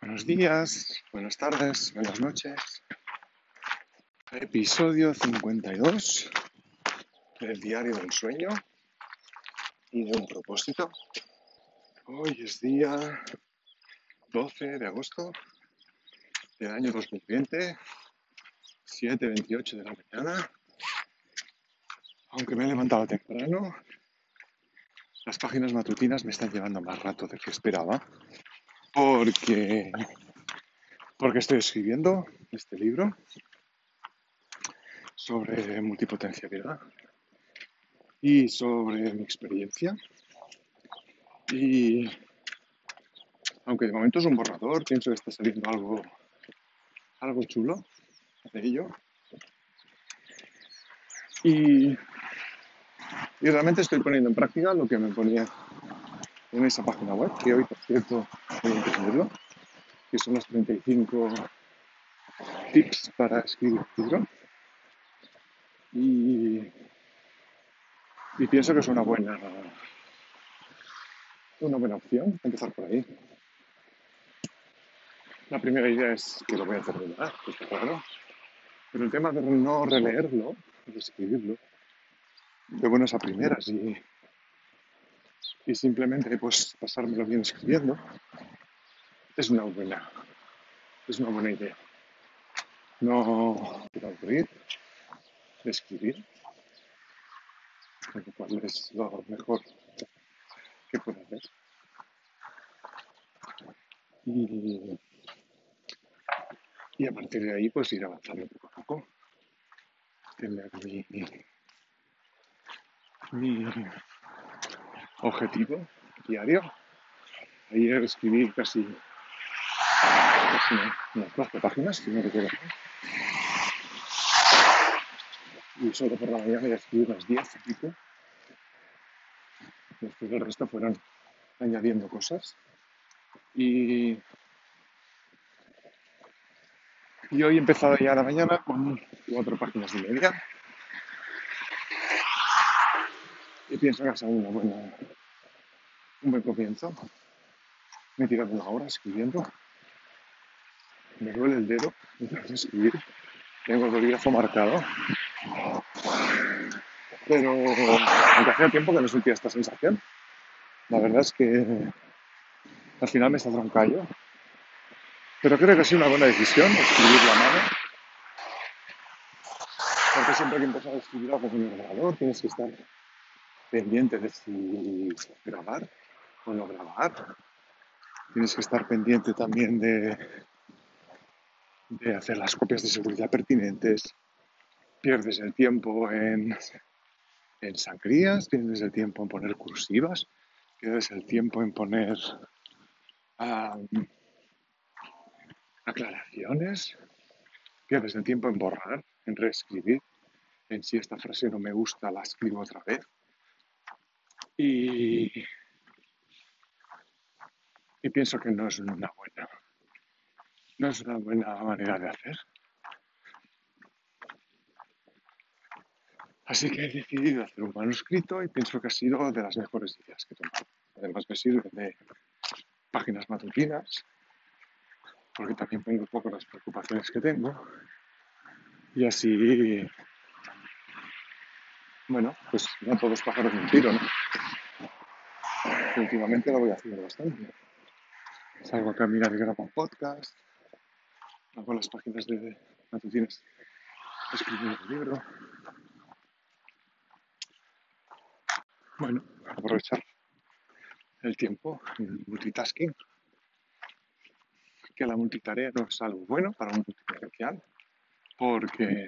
Buenos días, buenas tardes, buenas noches. Episodio 52 del Diario del Sueño y de un propósito. Hoy es día 12 de agosto del año 2020, 7:28 de la mañana. Aunque me he levantado temprano, las páginas matutinas me están llevando más rato del que esperaba porque, porque estoy escribiendo este libro sobre multipotencialidad y sobre mi experiencia. Y aunque de momento es un borrador, pienso que está saliendo algo chulo de ello. Y realmente estoy poniendo en práctica lo que me ponía en esa página web, que hoy, por cierto, voy a imprimirlo, que son los 35 tips para escribir un libro. Y pienso que es una buena opción empezar por ahí. La primera idea es que lo voy a terminar, que está claro. Pero el tema de no releerlo, de escribirlo, de buenas a primeras y simplemente pues pasármelo bien escribiendo, es una buena idea. No quiero aburrir de escribir, lo cual es lo mejor que puedo hacer. Y a partir de ahí pues ir avanzando poco a poco. Tener mi objetivo diario. Ayer escribí casi unas 12 páginas, si no recuerdo mal. Y solo por la mañana ya escribí unas 10 y pico. Después el resto fueron añadiendo cosas. Y hoy he empezado ya la mañana con 4 páginas y media. Y pienso que ha sido un buen comienzo. Me he tirado una hora escribiendo. Me duele el dedo de escribir. Tengo el bolígrafo marcado. Pero aunque hacía tiempo que no sentía esta sensación, la verdad es que al final me saldrá un callo. Pero creo que ha sido una buena decisión escribirlo a mano. Porque siempre que empezar a escribir algo con el ordenador tienes que estar pendiente de si grabar o no grabar. Tienes que estar pendiente también de hacer las copias de seguridad pertinentes. Pierdes el tiempo en sangrías, pierdes el tiempo en poner cursivas, pierdes el tiempo en poner aclaraciones, pierdes el tiempo en borrar, en reescribir, en si esta frase no me gusta, la escribo otra vez. Y pienso que no es una buena manera de hacer. Así que he decidido hacer un manuscrito y pienso que ha sido de las mejores ideas que he tomado. Además me sirve de páginas matutinas, porque también pongo un poco las preocupaciones que tengo. Y así, bueno, pues no todos pájaros de un tiro, ¿no? Y últimamente lo voy haciendo bastante. Salgo a caminar y grabo un podcast, hago las páginas de matutinas, escribo un libro. Bueno, aprovechar el tiempo en multitasking, que la multitarea no es algo bueno para un multipotencial, porque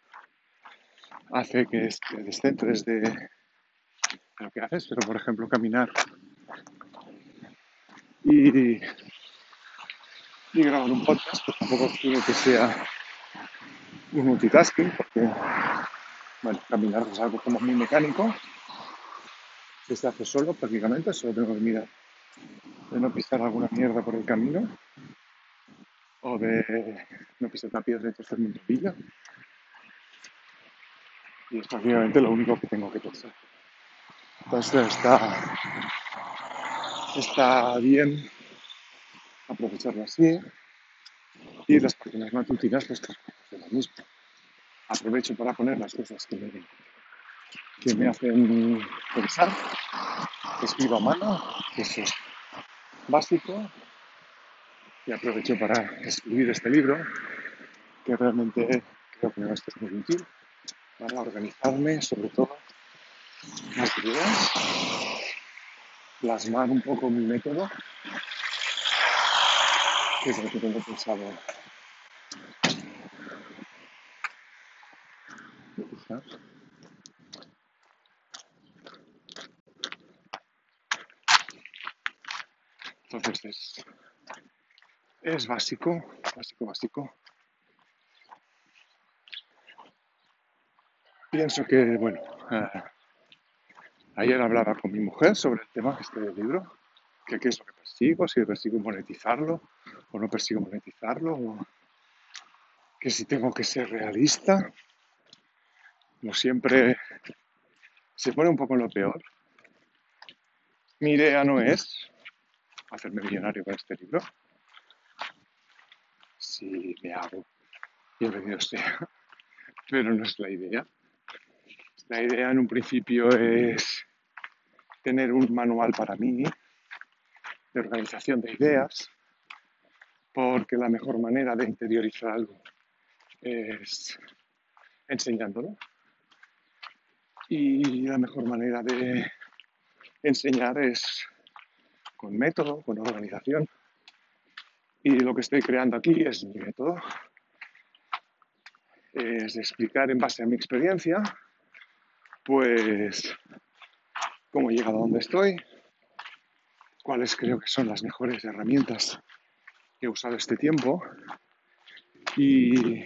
hace que te descentres de lo que haces, pero por ejemplo caminar y grabar un podcast, pues tampoco quiero que sea un multitasking, porque bueno, caminar es algo como muy mecánico, que se hace solo prácticamente, solo tengo que mirar de no pisar alguna mierda por el camino o de no pisar una piedra y torcerme un tobillo, y es prácticamente lo único que tengo que pensar. Entonces está bien aprovecharlo así, y las páginas matutinas, pues de lo mismo. Aprovecho para poner las cosas que me hacen pensar, escribo a mano, que eso es básico, y aprovecho para escribir este libro, que realmente creo que esto es muy útil para organizarme, sobre todo las ideas, plasmar un poco mi método, que es lo que tengo pensado utilizar. Entonces es básico, básico, básico. Pienso que, bueno, ayer hablaba con mi mujer sobre el tema del libro, que qué es lo que persigo, si persigo monetizarlo o no persigo monetizarlo, o que si tengo que ser realista, como siempre se pone un poco en lo peor. Mi idea no es hacerme millonario con este libro, si me hago, bienvenido sea, pero no es la idea. La idea en un principio es tener un manual para mí de organización de ideas, porque la mejor manera de interiorizar algo es enseñándolo, y la mejor manera de enseñar es con método, con organización, y lo que estoy creando aquí es mi método, es explicar en base a mi experiencia pues cómo he llegado a donde estoy, cuáles creo que son las mejores herramientas que he usado este tiempo, y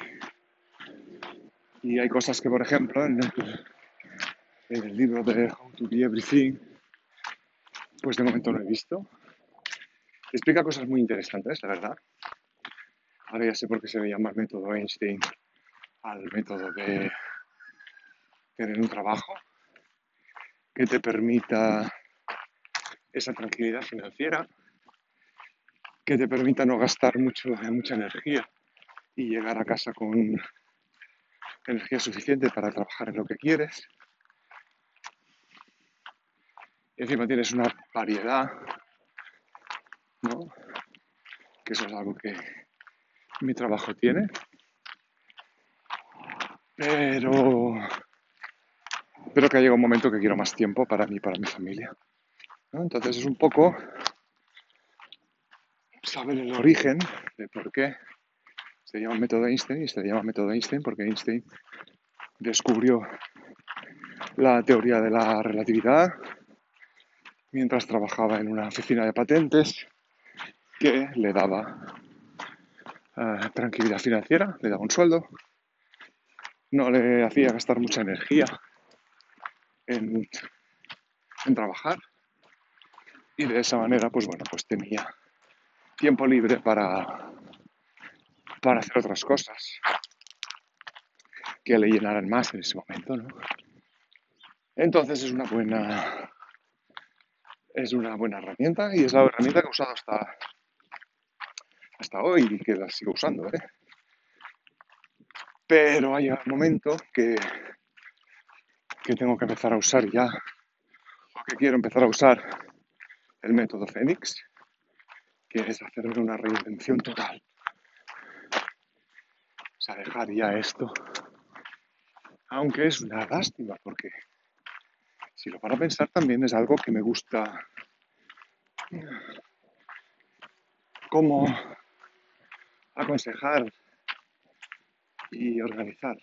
hay cosas que, por ejemplo, en el libro de How to Be Everything, pues de momento no he visto. Explica cosas muy interesantes, la verdad. Ahora ya sé por qué se le llama el método Einstein al método de tener un trabajo que te permita esa tranquilidad financiera, que te permita no gastar mucha energía y llegar a casa con energía suficiente para trabajar en lo que quieres. Y encima tienes una variedad, ¿no? Que eso es algo que mi trabajo tiene. Pero que ha llegado un momento que quiero más tiempo para mí y para mi familia, ¿no? Entonces es un poco saber el origen de por qué se llama método Einstein, y se llama método Einstein porque Einstein descubrió la teoría de la relatividad mientras trabajaba en una oficina de patentes que le daba tranquilidad financiera, le daba un sueldo, no le hacía gastar mucha energía en trabajar, y de esa manera pues bueno, pues tenía tiempo libre para hacer otras cosas que le llenaran más en ese momento, ¿no? Entonces es una buena herramienta, y es la herramienta que he usado hasta hoy y que la sigo usando, ¿eh? Pero hay un momento que tengo que empezar a usar ya, o que quiero empezar a usar el método Fénix, que es hacerme una reinvención total. O sea, dejar ya esto. Aunque es una lástima, porque si lo para pensar también es algo que me gusta cómo aconsejar y organizar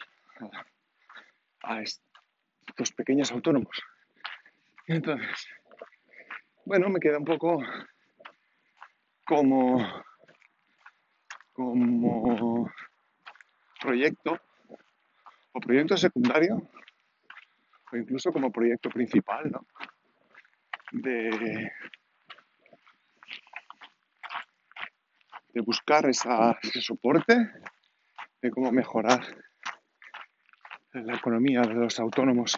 a estos pequeños autónomos. Entonces, bueno, me queda un poco como proyecto, o proyecto secundario, o incluso como proyecto principal, ¿no? De buscar ese soporte, de cómo mejorar la economía de los autónomos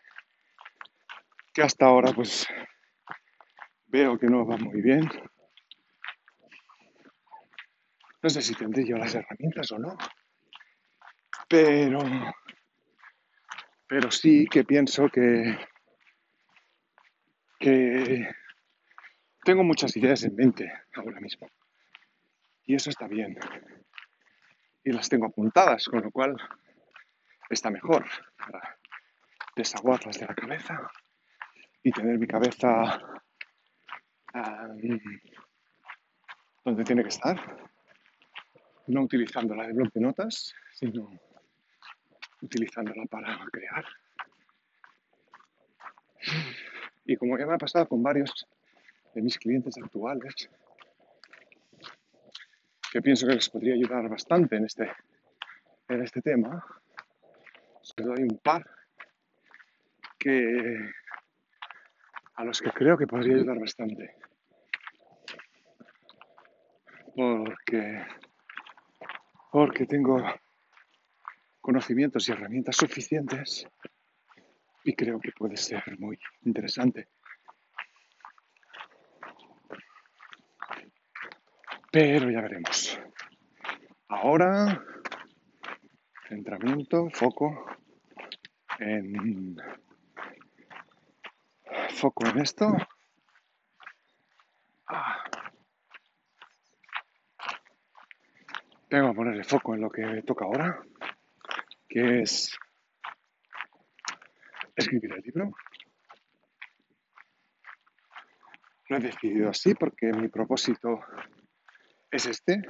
que hasta ahora pues veo que no va muy bien. No sé si tendré yo las herramientas o no, pero, pero sí que pienso que tengo muchas ideas en mente ahora mismo. Y eso está bien. Y las tengo apuntadas, con lo cual está mejor para desaguarlas de la cabeza y tener mi cabeza donde tiene que estar, no utilizándola de bloc de notas, sino utilizándola para crear. Y como ya me ha pasado con varios de mis clientes actuales, que pienso que les podría ayudar bastante en este tema, os doy un par a los que creo que podría ayudar bastante. Porque tengo conocimientos y herramientas suficientes y creo que puede ser muy interesante. Pero ya veremos. Ahora, centramiento, foco en esto. Tengo que ponerle foco en lo que toca ahora, que es escribir el libro. Lo he decidido así porque mi propósito es este.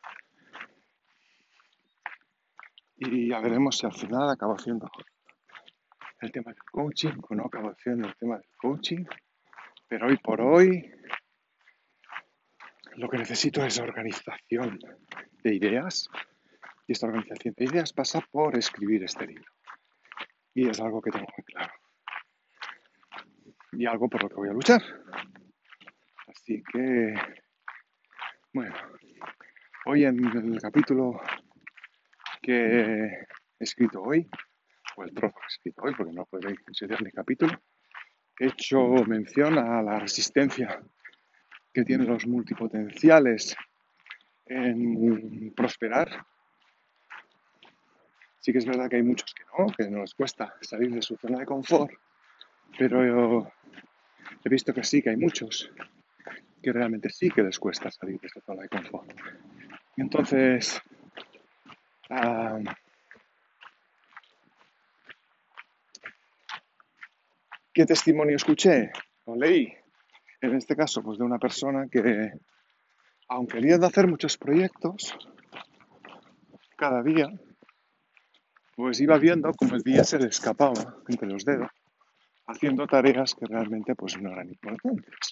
Y ya veremos si al final acabo haciendo el tema del coaching o no acabo haciendo el tema del coaching. Pero hoy por hoy lo que necesito es organización de ideas. Y esta organización de ideas pasa por escribir este libro. Y es algo que tengo muy claro. Y algo por lo que voy a luchar. Así que, bueno, hoy en el capítulo que he escrito hoy, o el trozo que he escrito hoy, porque no podéis considerar mi capítulo, he hecho mención a la resistencia que tienen los multipotenciales en prosperar. Sí que es verdad que hay muchos que no les cuesta salir de su zona de confort, pero yo he visto que sí, que hay muchos que realmente sí que les cuesta salir de su zona de confort. Y entonces, ¿qué testimonio escuché o leí? En este caso, pues de una persona que, aun queriendo hacer muchos proyectos, cada día, pues iba viendo cómo el día se le escapaba entre los dedos, haciendo tareas que realmente pues no eran importantes,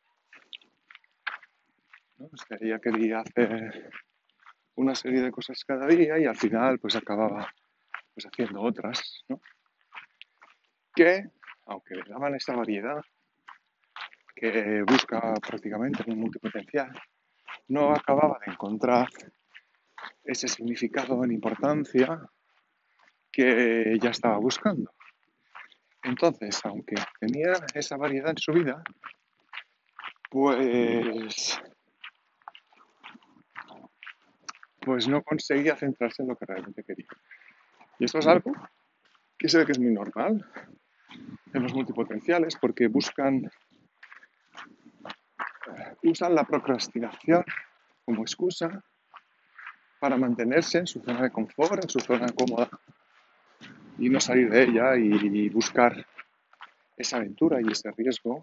¿no? Pues ella quería hacer una serie de cosas cada día y al final pues acababa pues haciendo otras, ¿no? Que, aunque le daban esta variedad que busca prácticamente un multipotencial, no acababa de encontrar ese significado en importancia que ella estaba buscando. Entonces, aunque tenía esa variedad en su vida, pues no conseguía centrarse en lo que realmente quería. Y esto es algo que se ve que es muy normal en los multipotenciales porque usan la procrastinación como excusa para mantenerse en su zona de confort, en su zona cómoda y no salir de ella y buscar esa aventura y ese riesgo.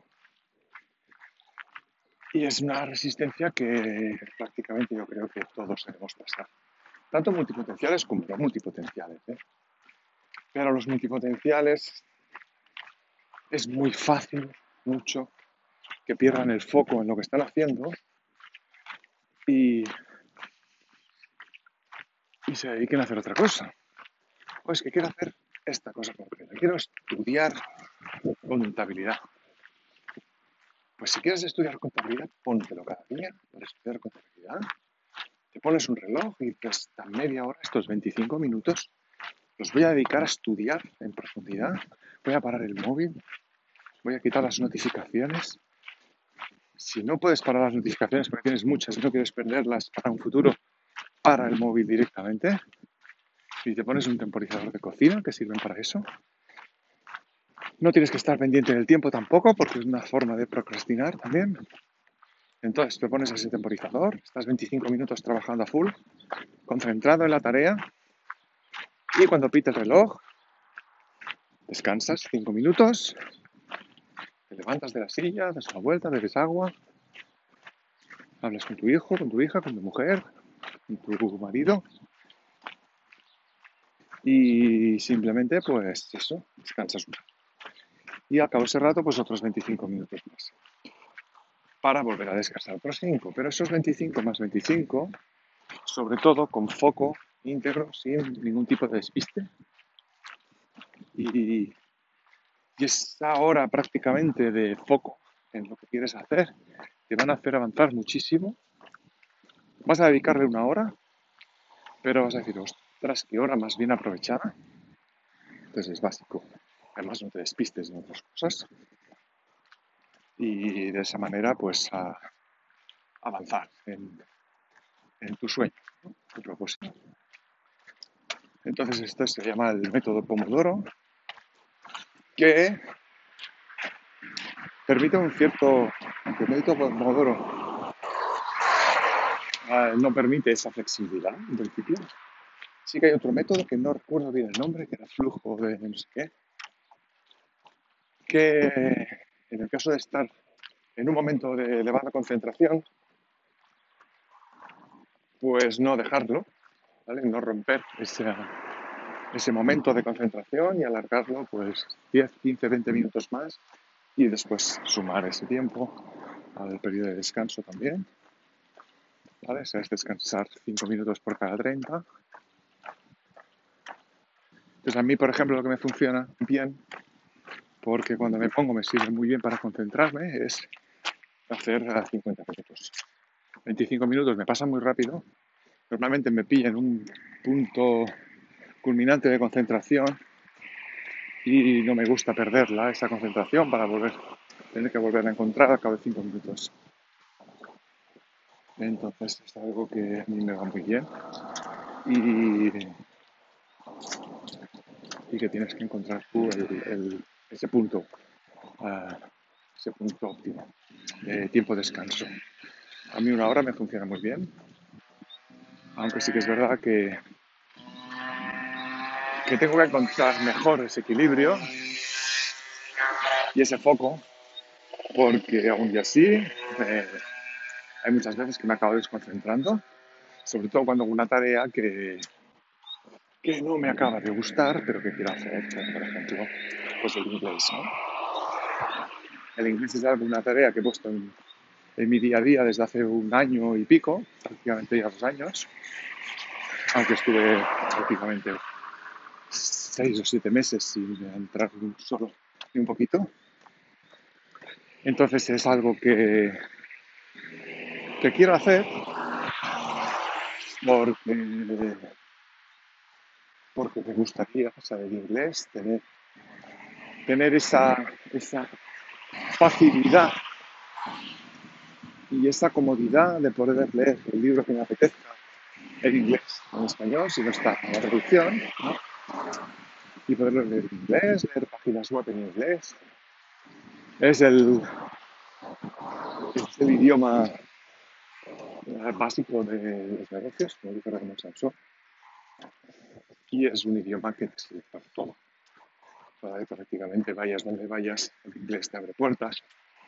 Y es una resistencia que prácticamente yo creo que todos debemos pasar, tanto multipotenciales como no multipotenciales, ¿eh? Pero los multipotenciales es muy fácil, mucho, que pierdan el foco en lo que están haciendo y se dediquen a hacer otra cosa. O es que quiero hacer esta cosa concreta, quiero estudiar contabilidad. Pues si quieres estudiar contabilidad, póntelo cada día para estudiar contabilidad. Te pones un reloj y esta media hora, estos 25 minutos, los voy a dedicar a estudiar en profundidad. Voy a parar el móvil, voy a quitar las notificaciones. Si no puedes parar las notificaciones porque tienes muchas y no quieres perderlas para un futuro, para el móvil directamente y te pones un temporizador de cocina que sirven para eso. No tienes que estar pendiente del tiempo tampoco porque es una forma de procrastinar también. Entonces te pones ese temporizador, estás 25 minutos trabajando a full, concentrado en la tarea y cuando pite el reloj, descansas 5 minutos, te levantas de la silla, das una vuelta, bebes agua, hablas con tu hijo, con tu hija, con tu mujer, con tu marido y simplemente pues eso, descansas un rato. Y al cabo de ese rato pues otros 25 minutos más para volver a descansar otros 5. Pero esos 25 más 25, sobre todo con foco íntegro, sin ningún tipo de despiste. Y esa hora prácticamente de foco en lo que quieres hacer te van a hacer avanzar muchísimo. Vas a dedicarle una hora, pero vas a decir, ostras, qué hora más bien aprovechada. Entonces es básico. Además no te despistes de otras cosas. Y de esa manera pues a avanzar en tu sueño, ¿no? Tu propósito. Entonces esto se llama el método Pomodoro, que permite un cierto, aunque el método Pomodoro no permite esa flexibilidad en principio. Sí que hay otro método que no recuerdo bien el nombre, que era flujo de no sé qué, que en el caso de estar en un momento de elevada concentración, pues no dejarlo, ¿vale? No romper ese momento de concentración y alargarlo pues 10, 15, 20 minutos más y después sumar ese tiempo al periodo de descanso también, ¿vale? O sea, es descansar 5 minutos por cada 30. Entonces a mí, por ejemplo, lo que me funciona bien, porque cuando me pongo me sirve muy bien para concentrarme, es hacer a 50 minutos. 25 minutos me pasa muy rápido. Normalmente me pilla en un punto culminante de concentración y no me gusta perderla, esa concentración, para tener que volver a encontrar al cabo de 5 minutos. Entonces es algo que a mí me va muy bien y, y que tienes que encontrar tú ese punto, uh, ese punto óptimo de tiempo de descanso. A mí una hora me funciona muy bien, aunque sí que es verdad que tengo que encontrar mejor ese equilibrio y ese foco, porque aún así hay muchas veces que me acabo desconcentrando, sobre todo cuando hago una tarea que no me acaba de gustar, pero que quiero hacer, como por ejemplo, pues el inglés, ¿no? El inglés es una tarea que he puesto en mi día a día desde hace un año y pico, prácticamente ya 2 años, aunque estuve prácticamente 6 o 7 meses sin entrar solo ni un poquito. Entonces es algo que quiero hacer porque me gustaría saber inglés, tener esa facilidad y esa comodidad de poder leer el libro que me apetezca en inglés o en español, si no está en la traducción, ¿no? Y poderlo leer en inglés, leer páginas web en inglés. Es el idioma básico de los negocios, como dijo Ramón Samson, y es un idioma que te sirve para todo. Para prácticamente vayas donde vayas, el inglés te abre puertas,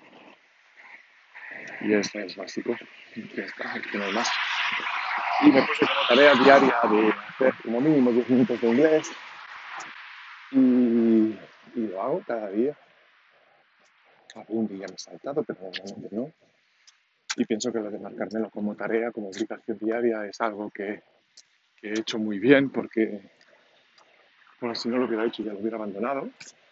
y eso es básico. Ya está, que no hay más. Y me puse como tarea diaria de hacer como mínimo 10 minutos de inglés y lo hago cada día. Algún día me he saltado, pero normalmente no. Y pienso que lo de marcármelo como tarea, como obligación diaria, es algo que he hecho muy bien porque si no lo hubiera hecho ya lo hubiera abandonado.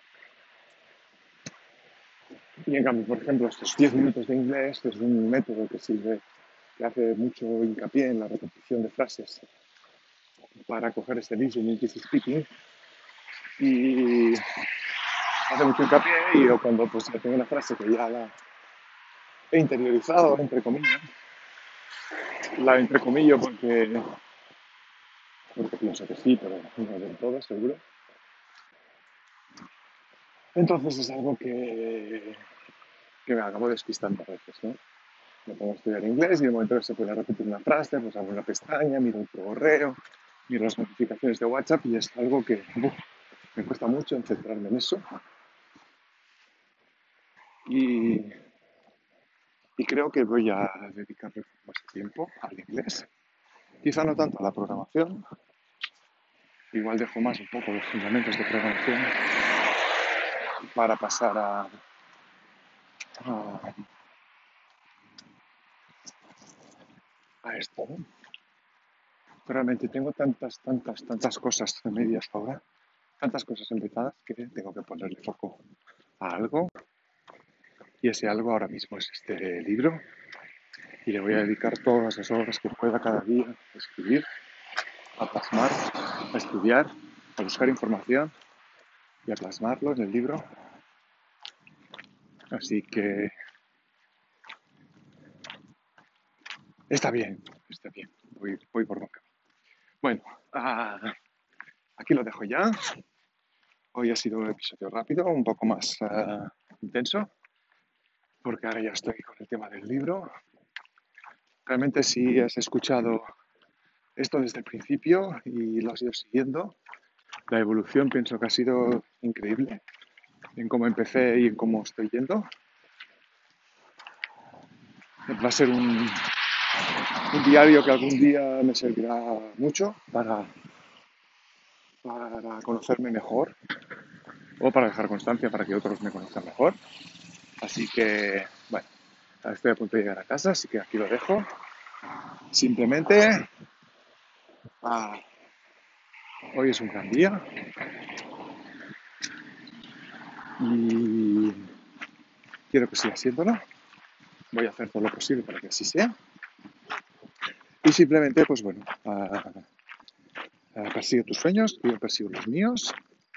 Y en cambio, por ejemplo, estos 10 minutos de inglés es un método que hace mucho hincapié en la repetición de frases para coger este listening y speaking. Y hace mucho hincapié y yo cuando pues ya tengo una frase que ya la he interiorizado, entre comillas, la entrecomillo porque porque pienso que sí, pero no del todo seguro. Entonces es algo que me acabo despistando a veces, ¿no? Me pongo a estudiar inglés y de momento que se puede repetir una frase, pues abro una pestaña, miro un correo, miro las notificaciones de WhatsApp y es algo que me cuesta mucho centrarme en eso. Y, y creo que voy a dedicarle más tiempo al inglés. Quizá no tanto a la programación, igual dejo más un poco los fundamentos de programación para pasar a, a esto, ¿no? Pero realmente tengo tantas cosas en medias ahora, tantas cosas empezadas que tengo que ponerle foco a algo. Y ese algo ahora mismo es este libro. Y le voy a dedicar todas las horas que pueda cada día a escribir, a plasmar, a estudiar, a buscar información y a plasmarlo en el libro. Así que está bien, está bien. Voy por buen camino. Bueno, ah, aquí lo dejo ya. Hoy ha sido un episodio rápido, un poco más intenso, porque ahora ya estoy con el tema del libro. Realmente si has escuchado esto desde el principio y lo has ido siguiendo, la evolución pienso que ha sido increíble en cómo empecé y en cómo estoy yendo. Va a ser un diario que algún día me servirá mucho para conocerme mejor o para dejar constancia para que otros me conozcan mejor. Así que, bueno, estoy a punto de llegar a casa, así que aquí lo dejo. Simplemente, ah, hoy es un gran día y quiero que siga siéndolo. Voy a hacer todo lo posible para que así sea. Y simplemente, pues bueno, persigue tus sueños, yo persigo los míos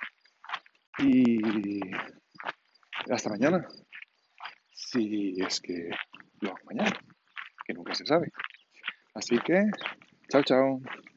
y hasta mañana, si es que lo hago mañana, que nunca se sabe. Así que, chao, chao.